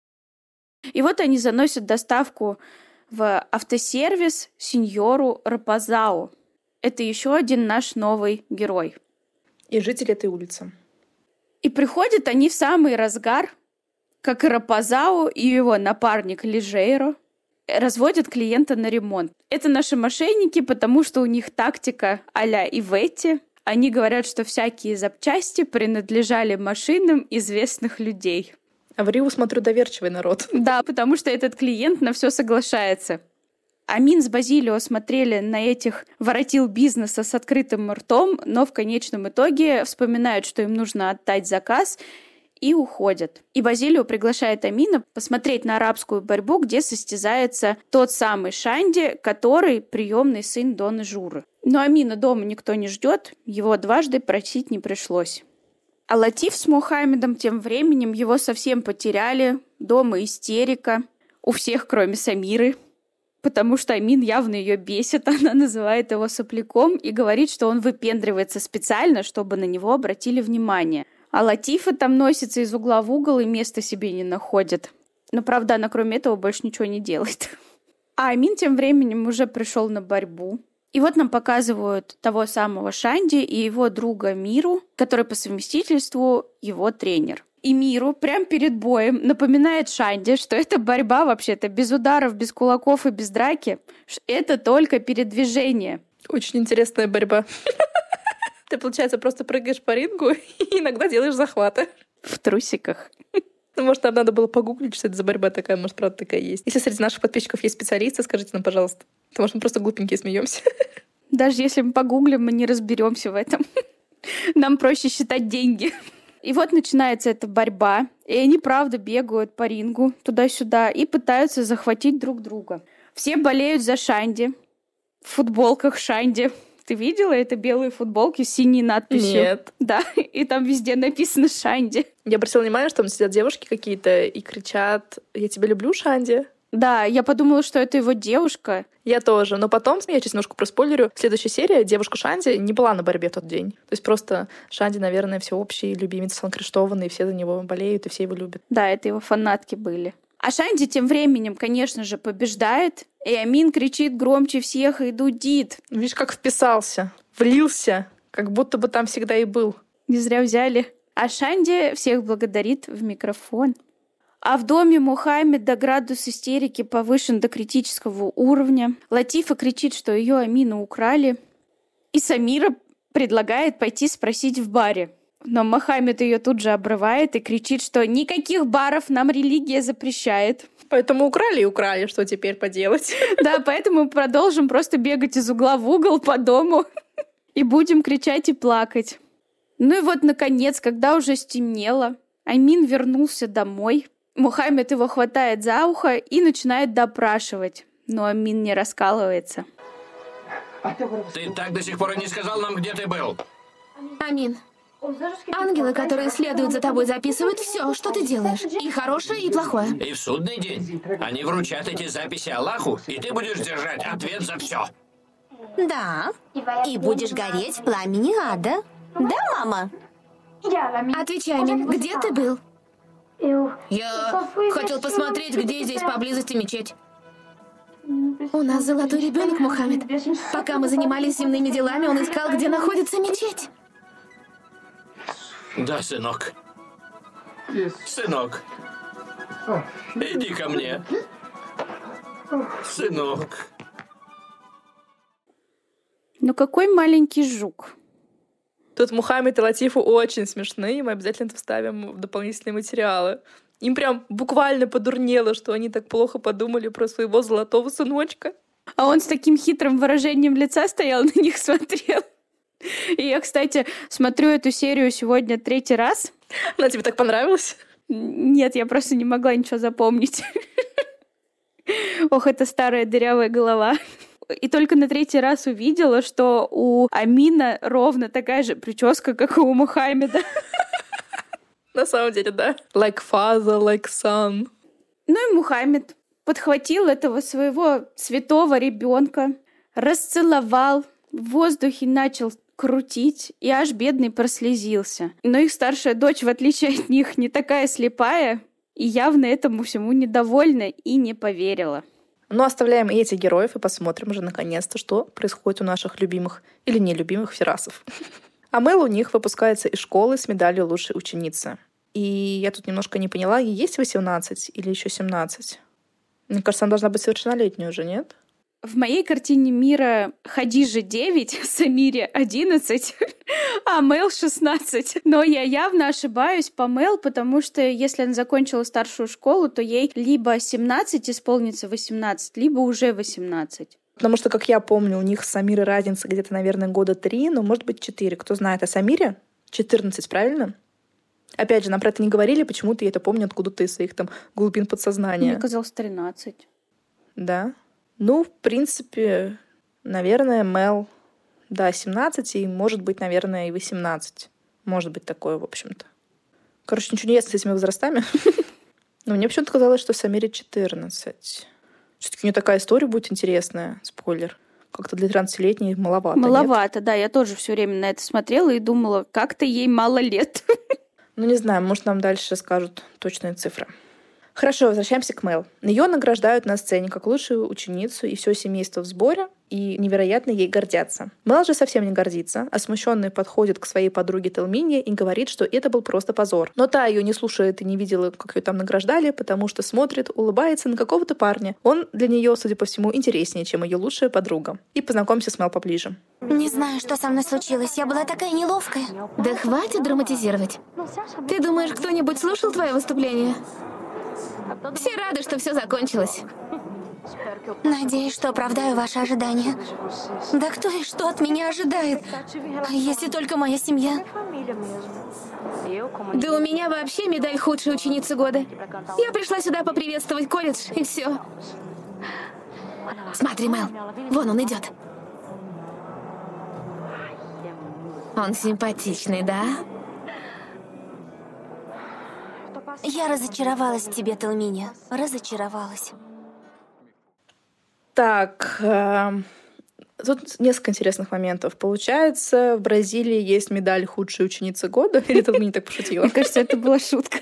И вот они заносят доставку в автосервис сеньору Рапазау. Это еще один наш новый герой. И житель этой улицы. И приходят они в самый разгар, как и Рапазау и его напарник Лижейро разводят клиента на ремонт. Это наши мошенники, потому что у них тактика а-ля Иветти. Они говорят, что всякие запчасти принадлежали машинам известных людей. А в Рио, смотрю, доверчивый народ. Да, потому что этот клиент на все соглашается. Амин с Базилио смотрели на этих воротил бизнеса с открытым ртом, но в конечном итоге вспоминают, что им нужно отдать заказ, и уходят. И Базилио приглашает Амина посмотреть на арабскую борьбу, где состязается тот самый Шанди, который приемный сын Дона Журы. Но Амина дома никто не ждет, его дважды просить не пришлось. А Латиф с Мухаммедом тем временем его совсем потеряли, дома истерика, у всех, кроме Самиры, потому что Амин явно ее бесит, она называет его сопляком и говорит, что он выпендривается специально, чтобы на него обратили внимание. А Латифа там носится из угла в угол и места себе не находит. Но, правда, она кроме этого больше ничего не делает. А Амин тем временем уже пришел на борьбу. И вот нам показывают того самого Шанди и его друга Миру, который по совместительству его тренер. И Миру прямо перед боем напоминает Шанди, что эта борьба вообще-то без ударов, без кулаков и без драки. Это только передвижение. Очень интересная борьба. Ты, получается, просто прыгаешь по рингу и иногда делаешь захваты. В трусиках. Ну, может, нам надо было погуглить, что это за борьба такая, может, правда такая есть. Если среди наших подписчиков есть специалисты, скажите нам, пожалуйста. Потому что мы просто глупенькие смеемся. Даже если мы погуглим, мы не разберемся в этом. Нам проще считать деньги. И вот начинается эта борьба, и они, правда, бегают по рингу туда-сюда и пытаются захватить друг друга. Все болеют за Шанди в футболках Шанди. Ты видела это белые футболки с синей надписью? Нет. Да, и там везде написано «Шанди». Я обратила внимание, что там сидят девушки какие-то и кричат: «Я тебя люблю, Шанди». Да, я подумала, что это его девушка. Я тоже. Но потом, я сейчас немножко проспойлерю, следующая серия, девушка Шанди не была на борьбе в тот день. То есть просто Шанди, наверное, всеобщий любимец Сан-Криштован, и все за него болеют, и все его любят. Да, это его фанатки были. А Шанди тем временем, конечно же, побеждает, и Амин кричит громче всех и дудит. Видишь, как вписался, влился, как будто бы там всегда и был. Не зря взяли. А Шанди всех благодарит в микрофон. А в доме Мухаммеда градус истерики повышен до критического уровня. Латифа кричит, что ее Амину украли. И Самира предлагает пойти спросить в баре. Но Мухаммед ее тут же обрывает и кричит, что никаких баров нам религия запрещает. Поэтому украли и украли, что теперь поделать? Да, поэтому мы продолжим просто бегать из угла в угол по дому и будем кричать и плакать. Ну и вот, наконец, когда уже стемнело, Амин вернулся домой. Мухаммед его хватает за ухо и начинает допрашивать. Но Амин не раскалывается. Ты так до сих пор и не сказал нам, где ты был. Амин, ангелы, которые следуют за тобой, записывают все, что ты делаешь. И хорошее, и плохое. И в судный день они вручат эти записи Аллаху, и ты будешь держать ответ за все. Да, и будешь гореть в пламени ада. Да, мама? Отвечай, Амин, где ты был? Я хотел посмотреть, где здесь поблизости мечеть. У нас золотой ребенок, Мухаммед. Пока мы занимались земными делами, он искал, где находится мечеть. Да, сынок. Сынок. Иди ко мне. Сынок. Ну какой маленький жук. Тут Мухаммед и Латифу очень смешные, мы обязательно это вставим в дополнительные материалы. Им прям буквально подурнело, что они так плохо подумали про своего золотого сыночка. А он с таким хитрым выражением лица стоял, на них смотрел. И я, кстати, смотрю эту серию сегодня 3-й раз. Она тебе так понравилась? Нет, я просто не могла ничего запомнить. Ох, это старая дырявая голова. И только на 3-й раз увидела, что у Амина ровно такая же прическа, как и у Мухаммеда. На самом деле, да. Like father, like son. Ну и Мухаммед подхватил этого своего святого ребенка, расцеловал, в воздухе начал крутить, и аж бедный прослезился. Но их старшая дочь, в отличие от них, не такая слепая, и явно этому всему недовольна и не поверила. Но оставляем и этих героев и посмотрим уже наконец-то, что происходит у наших любимых или нелюбимых ферасов. А Мэл у них выпускается из школы с медалью лучшей ученицы. И я тут немножко не поняла, ей есть 18 или еще 17? Мне кажется, она должна быть совершеннолетней уже, нет? В моей картине мира Хадиже 9, Самире 11, а Мэл 16. Но я явно ошибаюсь по Мэл, потому что если она закончила старшую школу, то ей либо 17 исполнится 18, либо уже 18. Потому что, как я помню, у них с Самирой разница где-то, наверное, года 3, но, может быть, 4. Кто знает о Самире? 14, правильно? Опять же, нам про это не говорили, почему-то я это помню откуда-то из своих там глубин подсознания. Мне казалось 13. Да. Ну, в принципе, наверное, Мэл, да, 17, и, может быть, наверное, и 18. Может быть такое, в общем-то. Короче, ничего не ясно с этими возрастами. Но мне почему-то казалось, что Самире 14. Все-таки у нее такая история будет интересная. Спойлер. Как-то для 13-летней маловато. Маловато, нет? Да. Я тоже все время на это смотрела и думала, как-то ей мало лет. Ну, не знаю, может, нам дальше скажут точные цифры. Хорошо, возвращаемся к Мэл. Ее награждают на сцене как лучшую ученицу, и все семейство в сборе, и невероятно ей гордятся. Мэл же совсем не гордится, а смущенная подходит к своей подруге Телмине и говорит, что это был просто позор. Но та ее не слушает и не видела, как ее там награждали, потому что смотрит, улыбается на какого-то парня. Он для нее, судя по всему, интереснее, чем ее лучшая подруга. И познакомься с Мэл поближе. Не знаю, что со мной случилось. Я была такая неловкая. Да хватит драматизировать. Ты думаешь, кто-нибудь слушал твое выступление? Все рады, что все закончилось. Надеюсь, что оправдаю ваши ожидания. Да кто и что от меня ожидает? Если только моя семья. Да у меня вообще медаль худшей ученицы года. Я пришла сюда поприветствовать колледж, и все. Смотри, Мэл, вон он идет. Он симпатичный, да? Я разочаровалась в тебе, Телминя. Разочаровалась. Так, тут несколько интересных моментов. Получается, в Бразилии есть медаль худшей ученицы года? Или Телминя так пошутила? Мне кажется, это была шутка.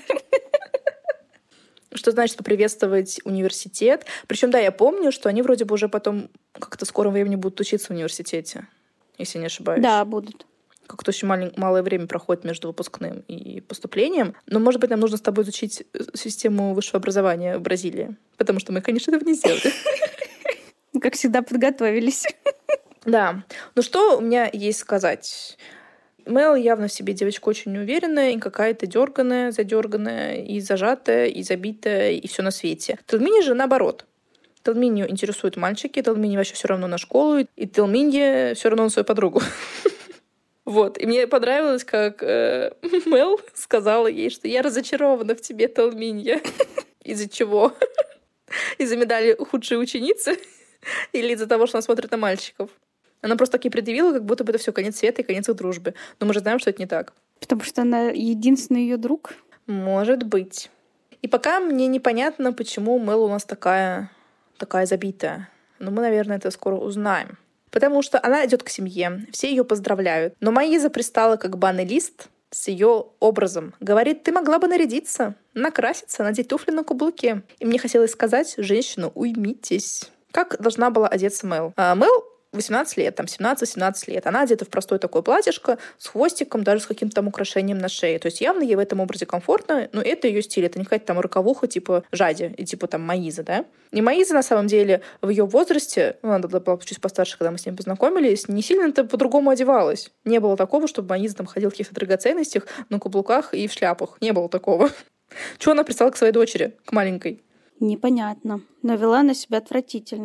Что значит поприветствовать университет? Причем, да, я помню, что они вроде бы уже потом как-то в скором времени будут учиться в университете, если не ошибаюсь. Да, будут. Как-то очень малое время проходит между выпускным и поступлением. Но, может быть, нам нужно с тобой изучить систему высшего образования в Бразилии. Потому что мы, конечно, этого не сделали. Как всегда, подготовились. Да. Ну что у меня есть сказать? Мэл явно в себе девочка очень неуверенная и какая-то дерганая, задерганная, и зажатая, и забитая, и все на свете. Телмине же наоборот. Телминью интересуют мальчики, Телмине вообще все равно на школу, и Телминье все равно на свою подругу. Вот. И мне понравилось, как Мэл сказала ей, что я разочарована в тебе, Телминья. Из-за чего? Из-за медали худшей ученицы? Или из-за того, что она смотрит на мальчиков? Она просто таки предъявила, как будто бы это все конец света и конец их дружбы. Но мы же знаем, что это не так. Потому что она единственный ее друг? Может быть. И пока мне непонятно, почему Мэл у нас такая забитая. Но мы, наверное, это скоро узнаем. Потому что она идет к семье, все ее поздравляют. Но Маиза пристала как банный лист с ее образом. Говорит, ты могла бы нарядиться, накраситься, надеть туфли на каблуке. И мне хотелось сказать, женщину, уймитесь. Как должна была одеться Мэл? Мэл 18 лет, там 17-17 лет. Она одета в простое такое платьишко с хвостиком, даже с каким-то там украшением на шее. То есть явно ей в этом образе комфортно, но это ее стиль. Это не какая-то там роковуха типа Жади и типа там Маиза, да? И Маиза, на самом деле, в ее возрасте, ну, она была чуть постарше, когда мы с ней познакомились, не сильно-то по-другому одевалась. Не было такого, чтобы Маиза там ходила в каких-то драгоценностях, на каблуках и в шляпах. Не было такого. Чего она пристала к своей дочери, к маленькой? Непонятно. Но вела она себя отвратительно.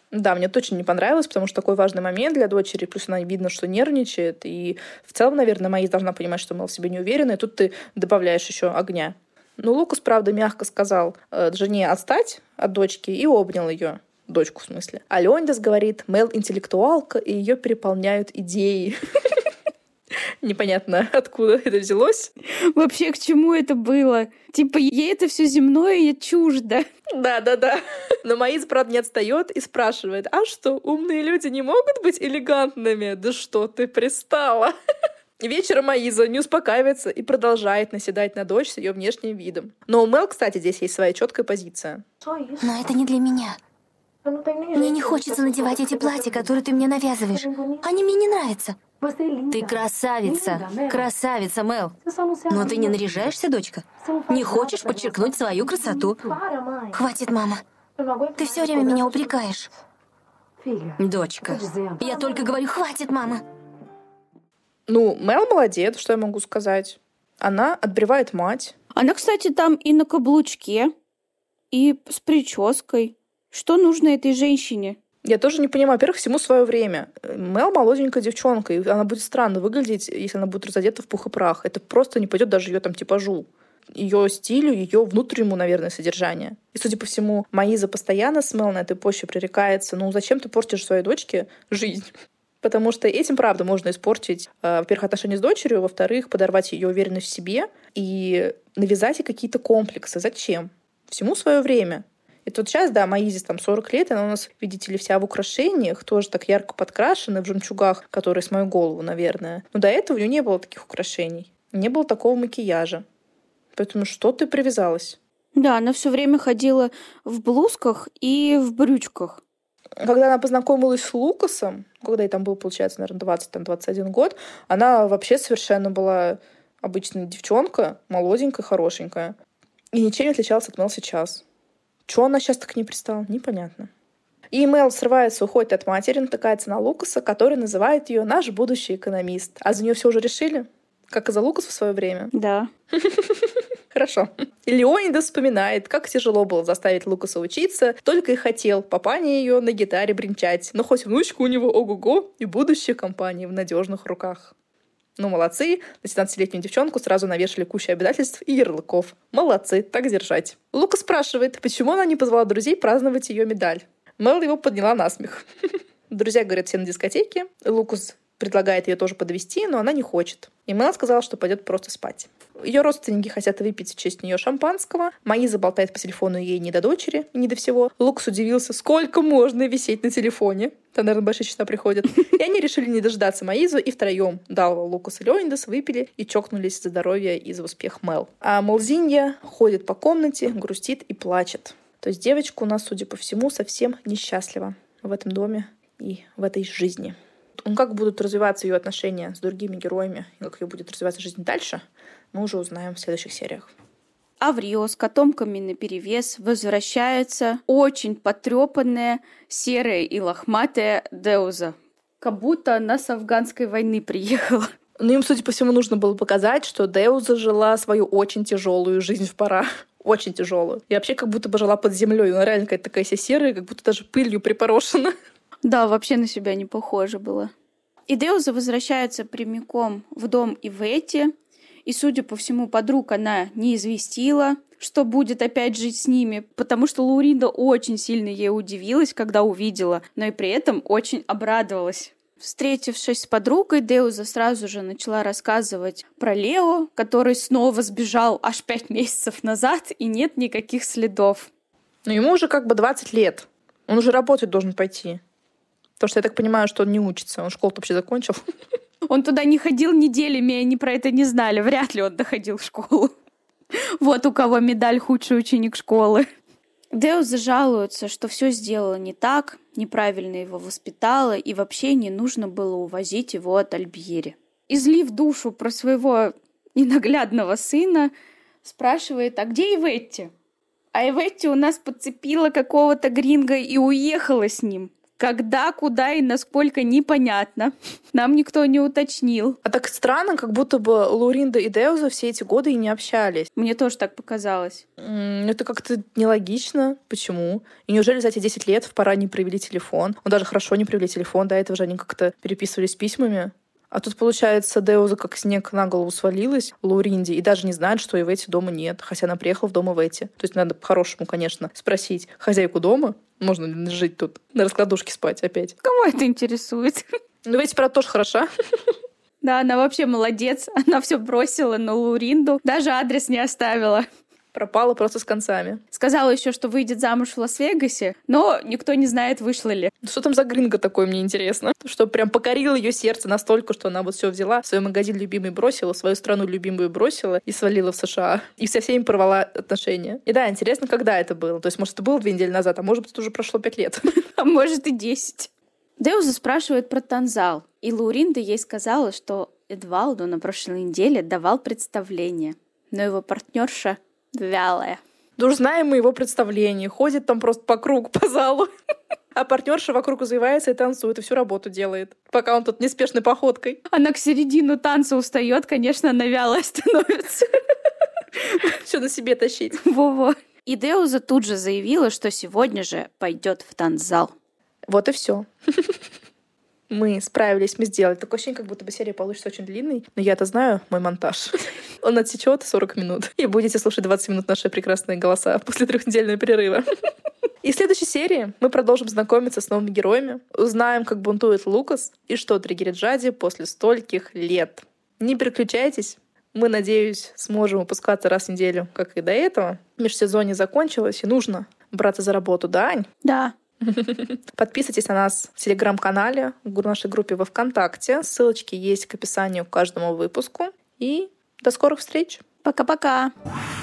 Да, мне точно не понравилось, потому что такой важный момент для дочери, плюс она видно, что нервничает, и в целом, наверное, Маис должна понимать, что Мел в себе не уверена, и тут ты добавляешь еще огня. Но Лукас, правда, мягко сказал жене отстать от дочки и обнял ее. Дочку, в смысле. А Леонидас говорит, Мел интеллектуалка, и ее переполняют идеи. Непонятно, откуда это взялось. Вообще, к чему это было? Типа, ей это все земное и чуждо. Да. Но Маис, правда, не отстает и спрашивает, а что, умные люди не могут быть элегантными? Да что ты пристала? Вечером Маиза не успокаивается и продолжает наседать на дочь с ее внешним видом. Но у Мел, кстати, здесь есть своя четкая позиция. Но это не для меня. Мне не хочется надевать эти платья, которые ты мне навязываешь. Они мне не нравятся. Ты красавица. Красавица, Мел. Но ты не наряжаешься, дочка? Не хочешь подчеркнуть свою красоту? Хватит, мама. Ты все время меня упрекаешь. Дочка, я только говорю, хватит, мама. Ну, Мел молодец, что я могу сказать. Она отбревает мать. Она, кстати, там и на каблучке, и с прической. Что нужно этой женщине? Я тоже не понимаю. Во-первых, всему свое время. Мел молоденькая девчонка, и она будет странно выглядеть, если она будет разодета в пух и прах. Это просто не пойдет даже ее там типажу. Ее стилю, ее внутреннему, наверное, содержанию. И, судя по всему, Маиза постоянно с Мел на этой почве пререкается. Ну, зачем ты портишь своей дочке жизнь? Потому что этим, правда, можно испортить, во-первых, отношения с дочерью, во-вторых, подорвать ее уверенность в себе и навязать ей какие-то комплексы. Зачем? Всему свое время. И вот сейчас, да, Маизе там 40 лет, она у нас, видите ли, вся в украшениях, тоже так ярко подкрашена, в жемчугах, которые с мою голову, наверное. Но до этого у нее не было таких украшений. Не было такого макияжа. Поэтому что ты привязалась? Да, она все время ходила в блузках и в брючках. Когда она познакомилась с Лукасом, когда ей там был, получается, наверное, 20-21 год, она вообще совершенно была обычная девчонка, молоденькая, хорошенькая. И ничем не отличалась от Мел сейчас. Чего она сейчас так к ней пристала? Непонятно. И Мел срывается, уходит от матери, натыкается на Лукаса, который называет ее «наш будущий экономист». А за нее все уже решили? Как и за Лукаса в свое время? Да. Хорошо. И Леонидас вспоминает, как тяжело было заставить Лукаса учиться, только и хотел папаня ее на гитаре бренчать. Но хоть внучка у него ого-го и будущее компании в надежных руках. Ну, молодцы. На 17-летнюю девчонку сразу навешали кучу обязательств и ярлыков. Молодцы, так держать. Лукас спрашивает, почему она не позвала друзей праздновать ее медаль. Мел его подняла на смех. Друзья, говорят, все на дискотеке. Лукас предлагает ее тоже подвезти, но она не хочет. И Мел сказала, что пойдет просто спать. Ее родственники хотят выпить в честь нее шампанского. Маиза болтает по телефону ей не до дочери, не до всего. Лукас удивился, сколько можно висеть на телефоне. Там, наверное, большие счета приходят. И они решили не дождаться Маизу, и втроем Далва, Лукас и Леонидас выпили и чокнулись за здоровье и за успех Мел. А Мелзинья ходит по комнате, грустит и плачет. То есть девочка у нас, судя по всему, совсем несчастлива в этом доме и в этой жизни. Как будут развиваться ее отношения с другими героями, и как ее будет развиваться жизнь дальше, мы уже узнаем в следующих сериях. А в Рио с котомками наперевес возвращается очень потрепанная, серая и лохматая Деуза. Как будто она с афганской войны приехала. Ну, им, судя по всему, нужно было показать, что Деуза жила свою очень тяжелую жизнь в пора. Очень тяжелую. И вообще как будто бы жила под землей. Она реально какая-то такая вся серая, как будто даже пылью припорошена. Да, вообще на себя не похоже было. И Деуза возвращается прямиком в дом Иветти. И, судя по всему, подруг она не известила, что будет опять жить с ними, потому что Лауринда очень сильно ей удивилась, когда увидела, но и при этом очень обрадовалась. Встретившись с подругой, Деуза сразу же начала рассказывать про Лео, который снова сбежал аж 5 месяцев назад, и нет никаких следов. Но ему уже как бы 20 лет. Он уже работать должен пойти. Потому что я так понимаю, что он не учится. Он школу вообще закончил. Он туда не ходил неделями, и они про это не знали. Вряд ли он доходил в школу. Вот у кого медаль «Худший ученик школы». Деуза жалуется, что все сделала не так, неправильно его воспитала, и вообще не нужно было увозить его от Альбьери. Излив душу про своего ненаглядного сына, спрашивает, а где Иветти? А Иветти у нас подцепила какого-то гринга и уехала с ним. Когда, куда и насколько непонятно. Нам никто не уточнил. А так странно, как будто бы Лауринда и Деуза все эти годы и не общались. Мне тоже так показалось. Это как-то нелогично. Почему? И неужели за эти 10 лет в пора не провели телефон? Ну, даже хорошо не провели телефон, до этого же они как-то переписывались письмами. А тут, получается, Деуза как снег на голову свалилась Лауринде и даже не знает, что Ивети дома нет, хотя она приехала в дом Ивети. То есть надо по-хорошему, конечно, спросить хозяйку дома, можно ли жить тут, на раскладушке спать опять. Кого это интересует? Ну, Ивети, правда, тоже хороша. Да, она вообще молодец. Она все бросила на Лауринду, даже адрес не оставила. Пропала просто с концами. Сказала еще, что выйдет замуж в Лас-Вегасе, но никто не знает, вышла ли. Что там за гринго такой, мне интересно. Что прям покорило ее сердце настолько, что она вот все взяла, свой магазин любимый бросила, свою страну любимую бросила и свалила в США. И со всеми порвала отношения. И да, интересно, когда это было. То есть, может, это было 2 недели назад, а может быть, это уже прошло 5 лет. А может и 10. Деуза спрашивает про Танзал, и Лауринда ей сказала, что Эдвалду на прошлой неделе давал представление, но его партнерша вялая. Да уж знаем мы его представление. Ходит там просто по кругу, по залу. А партнерша вокруг развивается и танцует, и всю работу делает, пока он тут неспешной походкой. Она к середину танца устает, конечно, она вялая становится. Все на себе тащить. Во-во. И Деуза тут же заявила, что сегодня же пойдет в танцзал. Вот и все. Мы справились, мы сделали. Такое ощущение, как будто бы серия получится очень длинной. Но я-то знаю мой монтаж. Он отсечет 40 минут. И будете слушать 20 минут наши прекрасные голоса после 3-недельного перерыва. И в следующей серии мы продолжим знакомиться с новыми героями, узнаем, как бунтует Лукас и что триггерит Джади после стольких лет. Не переключайтесь. Мы, надеюсь, сможем выпускаться раз в неделю, как и до этого. Межсезонье закончилось, и нужно браться за работу, да, Ань? Да. Подписывайтесь на нас в Телеграм-канале, в нашей группе во ВКонтакте. Ссылочки есть к описанию к каждому выпуску. И до скорых встреч! Пока-пока!